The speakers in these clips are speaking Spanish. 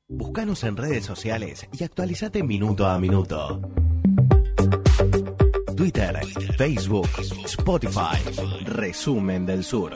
Búscanos en redes sociales y actualizate minuto a minuto. Twitter, Facebook, Spotify, Resumen del Sur.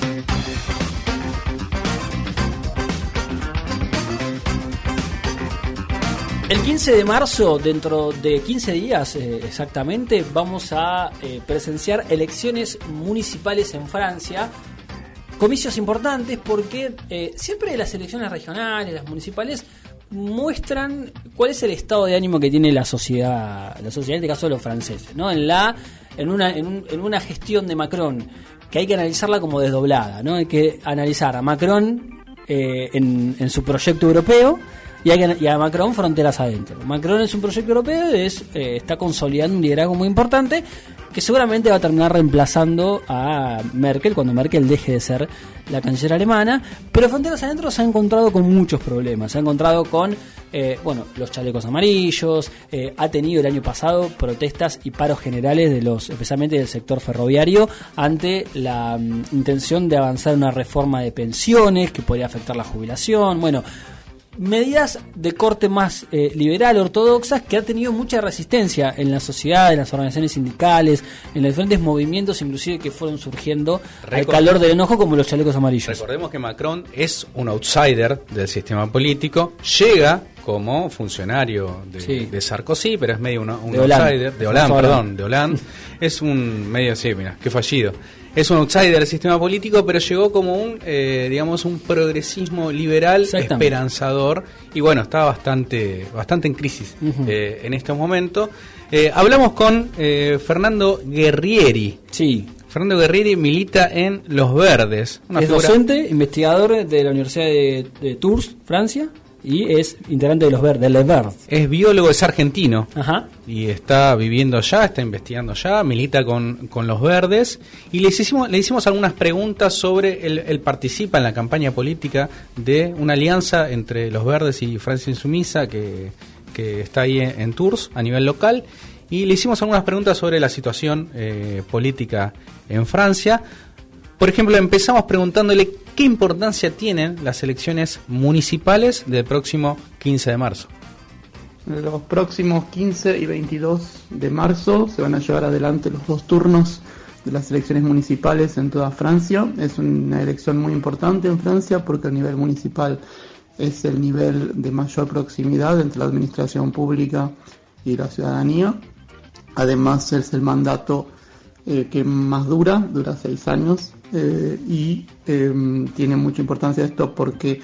El 15 de marzo, dentro de 15 días exactamente, vamos a presenciar elecciones municipales en Francia. Comicios importantes porque siempre las elecciones regionales, las municipales, muestran cuál es el estado de ánimo que tiene la sociedad en este caso de los franceses, ¿no? En una gestión de Macron que hay que analizarla como desdoblada, ¿no? Hay que analizar a Macron en su proyecto europeo y a Macron fronteras adentro. Macron es un proyecto europeo, está consolidando un liderazgo muy importante que seguramente va a terminar reemplazando a Merkel cuando Merkel deje de ser la canciller alemana, pero fronteras adentro se ha encontrado con muchos problemas, se ha encontrado con los chalecos amarillos, ha tenido el año pasado protestas y paros generales especialmente del sector ferroviario ante la intención de avanzar en una reforma de pensiones que podría afectar la jubilación, medidas de corte más liberal, ortodoxas, que ha tenido mucha resistencia en la sociedad, en las organizaciones sindicales, en los diferentes movimientos, inclusive que fueron surgiendo al calor del enojo, como los chalecos amarillos. Recordemos que Macron es un outsider del sistema político, llega como funcionario de Sarkozy, pero es medio un outsider, de Hollande. Es un medio, qué fallido. Es un outsider del sistema político, pero llegó como un progresismo liberal esperanzador y está bastante en crisis en estos momentos. Hablamos con Fernando Guerrieri. Sí. Fernando Guerrieri milita en Los Verdes. Es docente, investigador de la Universidad de Tours, Francia. Y es integrante de Los Verdes, Les Verdes. Es biólogo, es argentino. Ajá. Y está viviendo allá, está investigando allá, milita con Los Verdes. Y le hicimos algunas preguntas sobre, él participa en la campaña política de una alianza entre Los Verdes y Francia Insumisa que está ahí en Tours a nivel local. Y le hicimos algunas preguntas sobre la situación política en Francia. Por ejemplo, empezamos preguntándole qué importancia tienen las elecciones municipales del próximo 15 de marzo. Los próximos 15 y 22 de marzo se van a llevar adelante los 2 turnos de las elecciones municipales en toda Francia. Es una elección muy importante en Francia porque el nivel municipal es el nivel de mayor proximidad entre la administración pública y la ciudadanía. Además es el mandato que más dura 6 años. Y tiene mucha importancia esto porque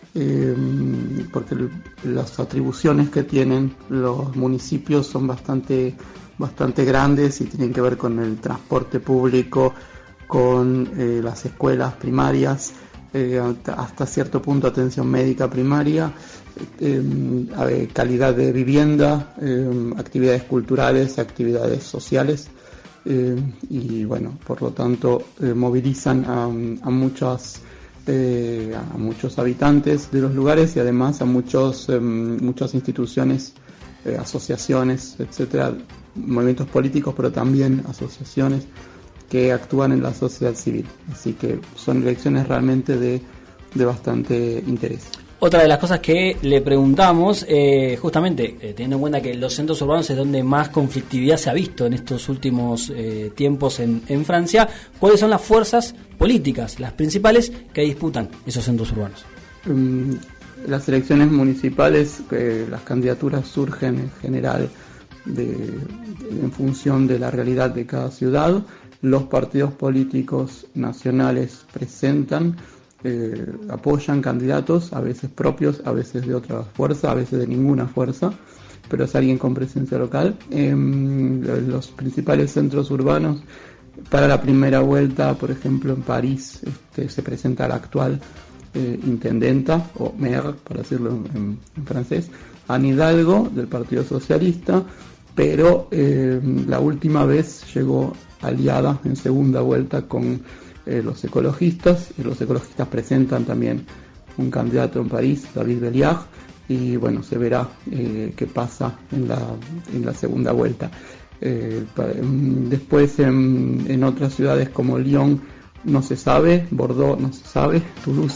las atribuciones que tienen los municipios son bastante grandes y tienen que ver con el transporte público, con las escuelas primarias, hasta cierto punto atención médica primaria, calidad de vivienda, actividades culturales, actividades sociales. Por lo tanto movilizan a muchos habitantes de los lugares y además a muchas instituciones, asociaciones, etcétera, movimientos políticos, pero también asociaciones que actúan en la sociedad civil. Así que son elecciones realmente de bastante interés. Otra de las cosas que le preguntamos, justamente teniendo en cuenta que los centros urbanos es donde más conflictividad se ha visto en estos últimos tiempos en Francia, ¿cuáles son las fuerzas políticas, las principales, que disputan esos centros urbanos? Las elecciones municipales, las candidaturas surgen en general en función de la realidad de cada ciudad. Los partidos políticos nacionales presentan, apoyan candidatos, a veces propios, a veces de otra fuerza, a veces de ninguna fuerza, pero es alguien con presencia local. Los principales centros urbanos, para la primera vuelta, por ejemplo en París, se presenta la actual intendenta, o maire, para decirlo en francés, Anne Hidalgo, del Partido Socialista, pero la última vez llegó aliada en segunda vuelta con los ecologistas, y los ecologistas presentan también un candidato en París, David Belliard, y se verá qué pasa en la segunda vuelta. Después en otras ciudades como Lyon no se sabe, Bordeaux no se sabe, Toulouse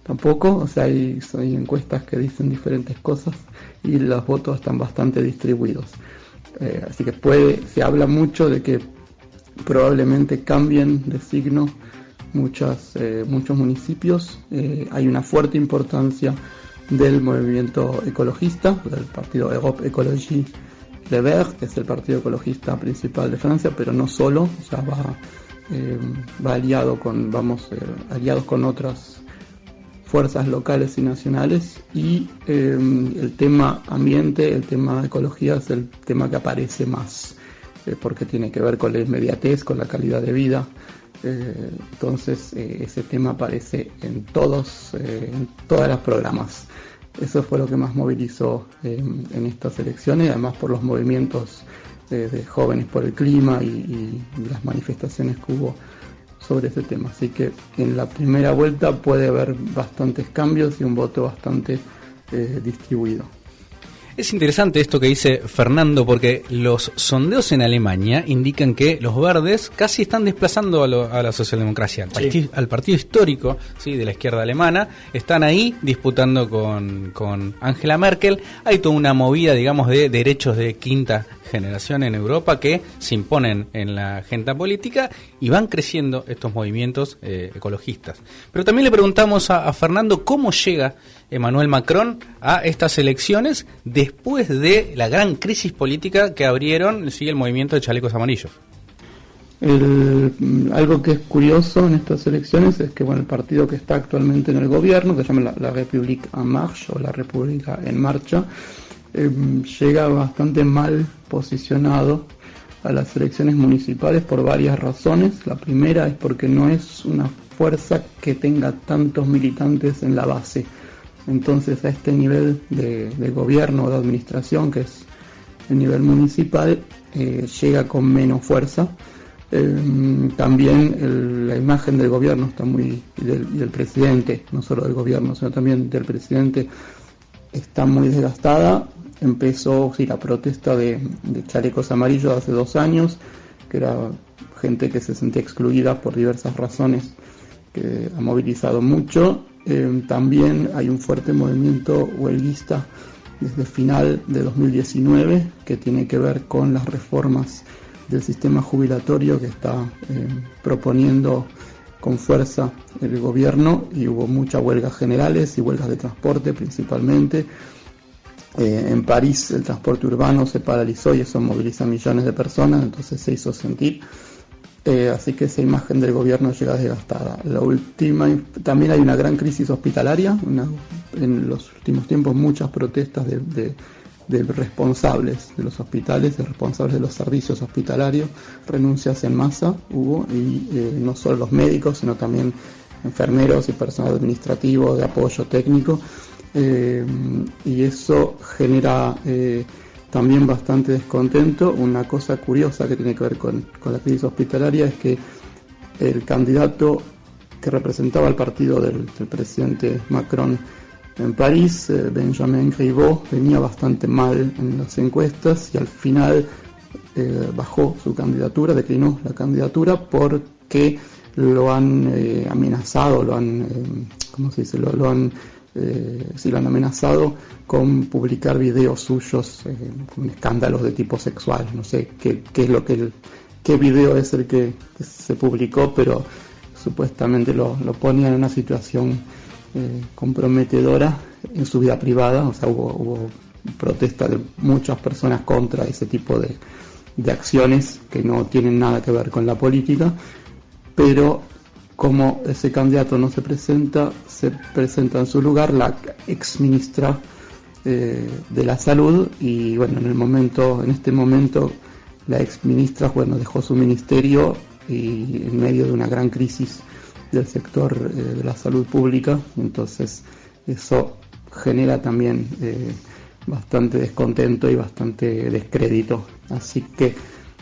tampoco, o sea, hay encuestas que dicen diferentes cosas y los votos están bastante distribuidos. Así que se habla mucho de que probablemente cambien de signo muchos municipios. Hay una fuerte importancia del movimiento ecologista, del partido Europe Écologie Les Verts, que es el partido ecologista principal de Francia, pero no solo, o sea, va aliados con otras fuerzas locales y nacionales, y el tema ambiente, el tema ecología es el tema que aparece más, porque tiene que ver con la inmediatez, con la calidad de vida. Entonces ese tema aparece en todas las programas. Eso fue lo que más movilizó en estas elecciones, además por los movimientos de jóvenes por el clima y las manifestaciones que hubo sobre ese tema. Así que en la primera vuelta puede haber bastantes cambios y un voto bastante distribuido. Es interesante esto que dice Fernando, porque los sondeos en Alemania indican que los verdes casi están desplazando a la socialdemocracia, al partido histórico, ¿sí?, de la izquierda alemana. Están ahí disputando con Angela Merkel. Hay toda una movida, digamos, de derechos de quinta generación en Europa que se imponen en la agenda política y van creciendo estos movimientos ecologistas. Pero también le preguntamos a Fernando cómo llega Emmanuel Macron a estas elecciones después de la gran crisis política que abrieron el movimiento de chalecos amarillos. Algo que es curioso en estas elecciones es que el partido que está actualmente en el gobierno, que se llama la République en Marche o la República en Marcha, llega bastante mal posicionado a las elecciones municipales por varias razones. La primera es porque no es una fuerza que tenga tantos militantes en la base. Entonces a este nivel de gobierno o de administración, que es el nivel municipal, llega con menos fuerza. También la imagen del gobierno está y del presidente, no solo del gobierno, sino también del presidente, está muy desgastada. Empezó la protesta de chalecos amarillos hace 2 años, que era gente que se sentía excluida por diversas razones, que ha movilizado mucho. También hay un fuerte movimiento huelguista desde final de 2019 que tiene que ver con las reformas del sistema jubilatorio que está proponiendo con fuerza el gobierno, y hubo muchas huelgas generales y huelgas de transporte principalmente. En París el transporte urbano se paralizó y eso moviliza millones de personas, entonces se hizo sentir. Así que esa imagen del gobierno llega desgastada. La última, también hay una gran crisis hospitalaria. En los últimos tiempos muchas protestas de responsables de los hospitales, de responsables de los servicios hospitalarios, renuncias en masa hubo, y no solo los médicos, sino también enfermeros y personal administrativo de apoyo técnico, y eso genera también bastante descontento. Una cosa curiosa que tiene que ver con la crisis hospitalaria es que el candidato que representaba al partido del presidente Macron en París, Benjamin Griveaux, venía bastante mal en las encuestas y al final bajó su candidatura, declinó la candidatura porque lo han amenazado, lo han amenazado con publicar videos suyos con escándalos de tipo sexual. No sé qué video es el que se publicó, pero supuestamente lo ponía en una situación comprometedora en su vida privada. O sea, hubo protesta de muchas personas contra ese tipo de acciones que no tienen nada que ver con la política, pero como ese candidato no se presenta en su lugar la ex ministra de la Salud, y en este momento la ex ministra dejó su ministerio, y en medio de una gran crisis del sector de la salud pública. Entonces eso genera también bastante descontento y bastante descrédito, así que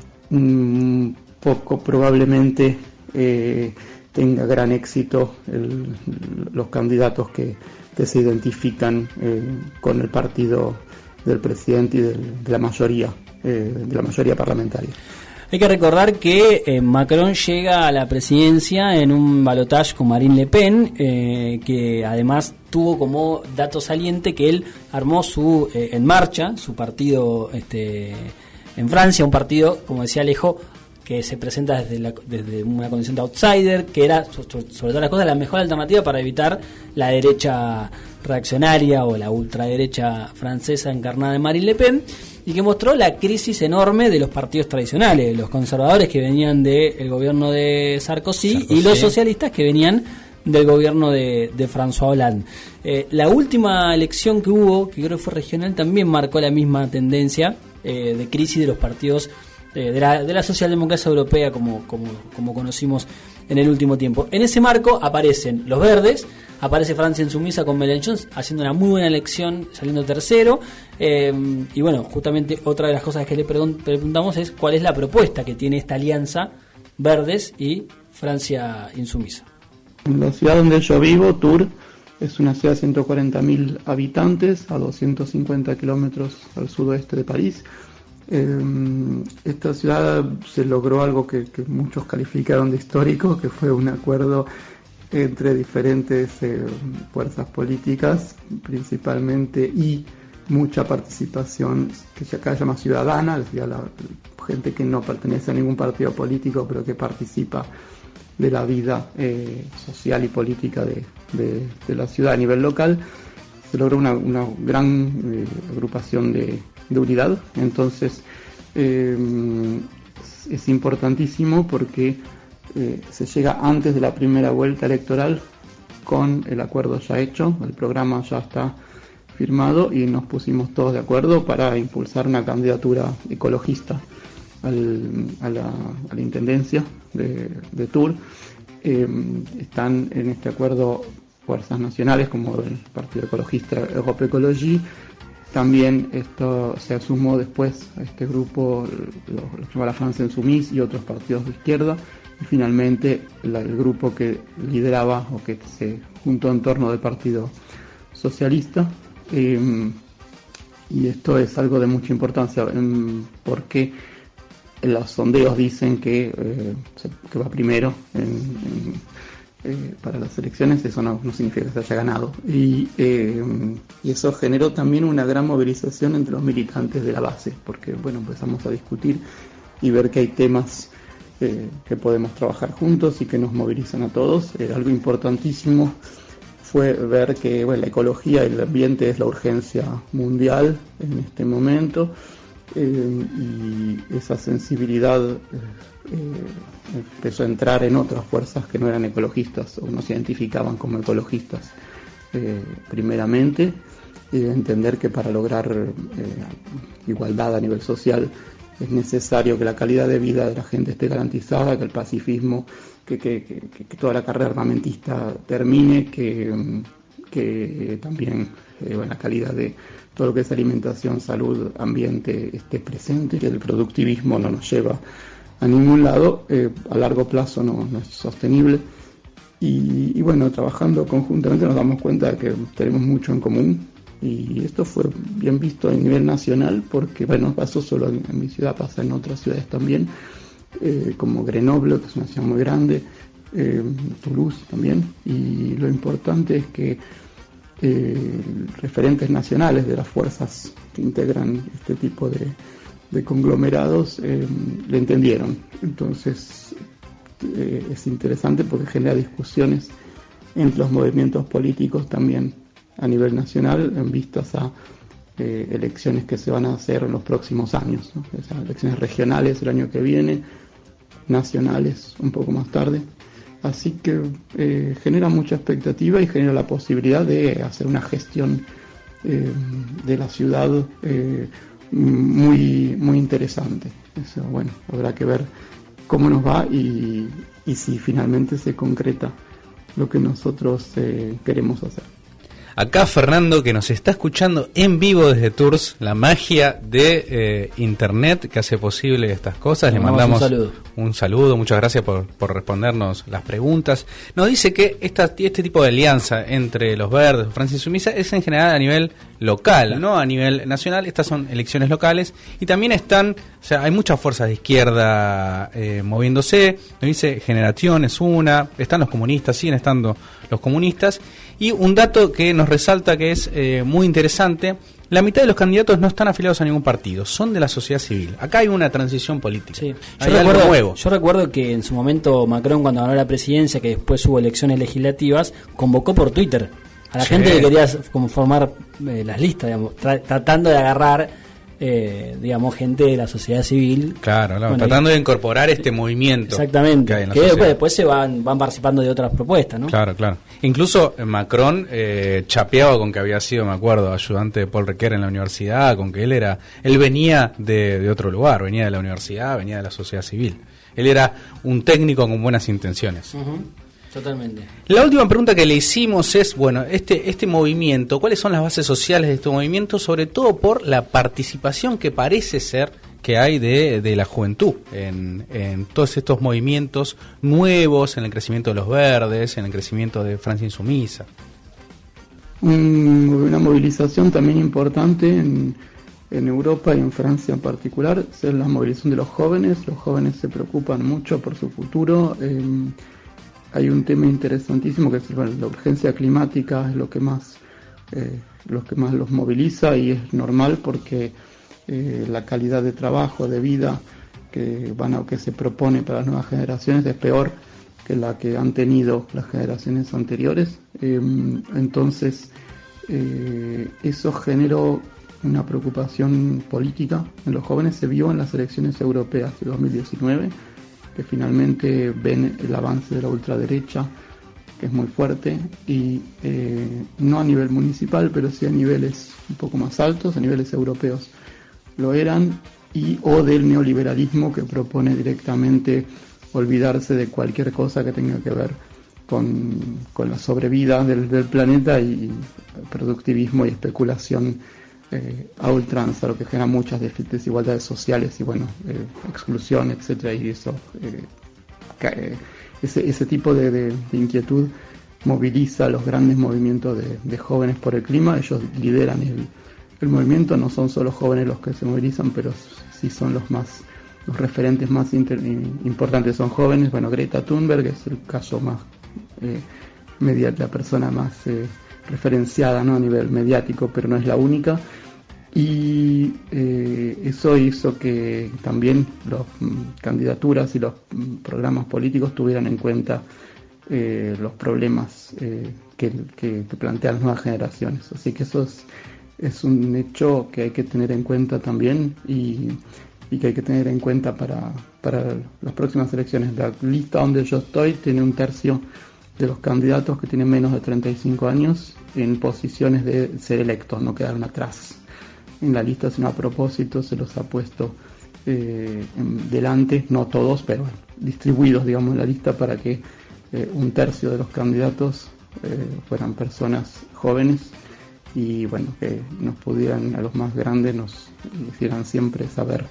poco probablemente tenga gran éxito los candidatos que se identifican con el partido del presidente y de la mayoría parlamentaria. Hay que recordar que Macron llega a la presidencia en un balotaje con Marine Le Pen, que además tuvo como dato saliente que él armó en marcha su partido en Francia, un partido, como decía Alejo, que se presenta desde una condición de outsider, que era, sobre todas las cosas, la mejor alternativa para evitar la derecha reaccionaria o la ultraderecha francesa encarnada en Marine Le Pen, y que mostró la crisis enorme de los partidos tradicionales, los conservadores que venían del gobierno de Sarkozy y los socialistas que venían del gobierno de François Hollande. La última elección que hubo, que creo que fue regional, también marcó la misma tendencia de crisis de los partidos de la socialdemocracia europea como conocimos en el último tiempo. En ese marco aparecen los verdes, aparece Francia Insumisa con Mélenchon haciendo una muy buena elección, saliendo tercero, y bueno, justamente otra de las cosas que le preguntamos es cuál es la propuesta que tiene esta alianza Verdes y Francia Insumisa. En la ciudad donde yo vivo, Tours, es una ciudad de 140.000 habitantes, a 250 kilómetros al sudoeste de París. Esta ciudad se logró algo que muchos calificaron de histórico, que fue un acuerdo entre diferentes fuerzas políticas, principalmente, y mucha participación, que se acá llama ciudadana, es decir, la gente que no pertenece a ningún partido político, pero que participa de la vida social y política de la ciudad a nivel local. Se logró una gran agrupación de unidad. Entonces es importantísimo porque se llega antes de la primera vuelta electoral con el acuerdo ya hecho, el programa ya está firmado y nos pusimos todos de acuerdo para impulsar una candidatura ecologista a la intendencia de Tours. Están en este acuerdo fuerzas nacionales como el Partido Ecologista Europe Ecologie. También esto se sumó después a este grupo, lo que llama la France Insoumise y otros partidos de izquierda, y finalmente el grupo que lideraba o que se juntó en torno del Partido Socialista. Y esto es algo de mucha importancia porque los sondeos dicen que va primero para las elecciones. Eso no significa que se haya ganado, y eso generó también una gran movilización entre los militantes de la base, porque bueno, empezamos a discutir y ver que hay temas que podemos trabajar juntos y que nos movilizan a todos. Algo importantísimo fue ver que la ecología y el ambiente es la urgencia mundial en este momento, y esa sensibilidad empezó a entrar en otras fuerzas que no eran ecologistas o no se identificaban como ecologistas primeramente, entender que para lograr igualdad a nivel social es necesario que la calidad de vida de la gente esté garantizada, que el pacifismo, que toda la carrera armamentista termine, que también la calidad de todo lo que es alimentación, salud, ambiente esté presente, que el productivismo no nos lleva a ningún lado, a largo plazo no es sostenible. Y bueno, trabajando conjuntamente nos damos cuenta de que tenemos mucho en común, y esto fue bien visto a nivel nacional porque no pasó solo en mi ciudad, pasa en otras ciudades también, como Grenoble, que es una ciudad muy grande, Toulouse también, y lo importante es que referentes nacionales de las fuerzas que integran este tipo de conglomerados le entendieron. Entonces es interesante porque genera discusiones entre los movimientos políticos también a nivel nacional en vistas a elecciones que se van a hacer en los próximos años, ¿no? O sea, elecciones regionales el año que viene, nacionales un poco más tarde. Así que genera mucha expectativa y genera la posibilidad de hacer una gestión de la ciudad muy, muy interesante. Eso, habrá que ver cómo nos va y si finalmente se concreta lo que nosotros queremos hacer. Acá Fernando, que nos está escuchando en vivo desde Tours, la magia de internet que hace posible estas cosas. Le mandamos un saludo, muchas gracias por respondernos las preguntas. Nos dice que este tipo de alianza entre los verdes, Francia Insumisa, es en general a nivel local, ¿no? A nivel nacional, estas son elecciones locales y también están, o sea, hay muchas fuerzas de izquierda moviéndose. Nos dice Generación es una, están los comunistas, siguen estando los comunistas. Y un dato que nos resalta que es muy interesante: la mitad de los candidatos no están afiliados a ningún partido, son de la sociedad civil. Acá hay una transición política. Sí. Hay algo nuevo. Yo recuerdo que en su momento Macron, cuando ganó la presidencia, que después hubo elecciones legislativas, convocó por Twitter a la gente que quería como formar las listas, digamos, tratando de agarrar digamos, gente de la sociedad civil. Claro, bueno, tratando de incorporar este movimiento. Exactamente. Que hay en la que sociedad. después se van participando de otras propuestas, ¿no? Claro. Incluso Macron chapeaba con que había sido, me acuerdo, ayudante de Paul Ricoeur en la universidad, con que él venía de otro lugar, venía de la universidad, venía de la sociedad civil. Él era un técnico con buenas intenciones. Totalmente. La última pregunta que le hicimos es, bueno, este movimiento, ¿cuáles son las bases sociales de este movimiento? Sobre todo por la participación que parece ser que hay de la juventud en todos estos movimientos nuevos, en el crecimiento de los verdes, en el crecimiento de Francia Insumisa. Una movilización también importante en Europa y en Francia en particular es la movilización de los jóvenes. Los jóvenes se preocupan mucho por su futuro. Hay un tema interesantísimo que es la urgencia climática, es lo que más los moviliza, y es normal porque la calidad de trabajo, de vida que se propone para las nuevas generaciones es peor que la que han tenido las generaciones anteriores. Entonces eso generó una preocupación política en los jóvenes. Se vio en las elecciones europeas de 2019, que finalmente ven el avance de la ultraderecha, que es muy fuerte, y no a nivel municipal, pero sí a niveles un poco más altos, a niveles europeos lo eran, o del neoliberalismo, que propone directamente olvidarse de cualquier cosa que tenga que ver con la sobrevida del planeta, y productivismo y especulación a ultranza, lo que genera muchas desigualdades sociales y exclusión, etcétera. Y eso ese tipo de inquietud moviliza a los grandes movimientos de jóvenes por el clima. Ellos lideran el movimiento. No son solo jóvenes los que se movilizan, pero sí son los referentes más importantes son jóvenes. Greta Thunberg es el caso más la persona más referenciada, ¿no?, a nivel mediático, pero no es la única. Y eso hizo que también las candidaturas y los programas políticos tuvieran en cuenta los problemas que plantean las nuevas generaciones. Así que eso es un hecho que hay que tener en cuenta también, y que hay que tener en cuenta para las próximas elecciones. La lista donde yo estoy tiene 1/3 de los candidatos que tienen menos de 35 años en posiciones de ser electos, no quedaron atrás en la lista, sino a propósito se los ha puesto delante, no todos, pero distribuidos, digamos, en la lista, para que 1/3 de los candidatos fueran personas jóvenes, y que nos pudieran, a los más grandes, nos hicieran siempre saber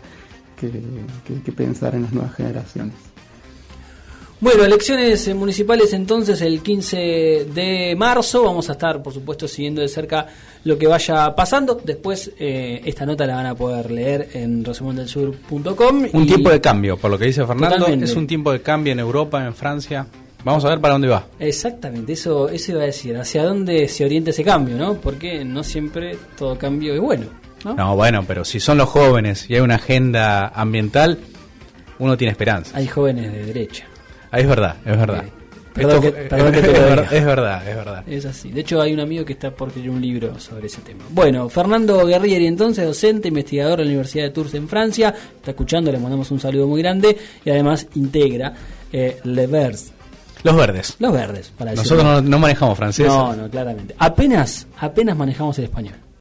qué pensar en las nuevas generaciones. Bueno, elecciones municipales entonces el 15 de marzo. Vamos a estar, por supuesto, siguiendo de cerca lo que vaya pasando. Después esta nota la van a poder leer en resumendelsur.com. Un tiempo de cambio, por lo que dice Fernando. Totalmente. Es un tiempo de cambio en Europa, en Francia. Vamos a ver para dónde va. Exactamente, eso iba a decir. Hacia dónde se orienta ese cambio, ¿no? Porque no siempre todo cambio es bueno, ¿no? No, bueno, pero si son los jóvenes y hay una agenda ambiental, uno tiene esperanza. Hay jóvenes de derecha. Es verdad. Perdón que te lo diga. Es verdad. Es así. De hecho, hay un amigo que está por escribir un libro sobre ese tema. Bueno, Fernando Guerrieri, entonces, docente, investigador de la Universidad de Tours en Francia, está escuchando, le mandamos un saludo muy grande, y además integra Les Verts. Los verdes. Para decirlo. Nosotros no manejamos francés. No, claramente. Apenas manejamos el español.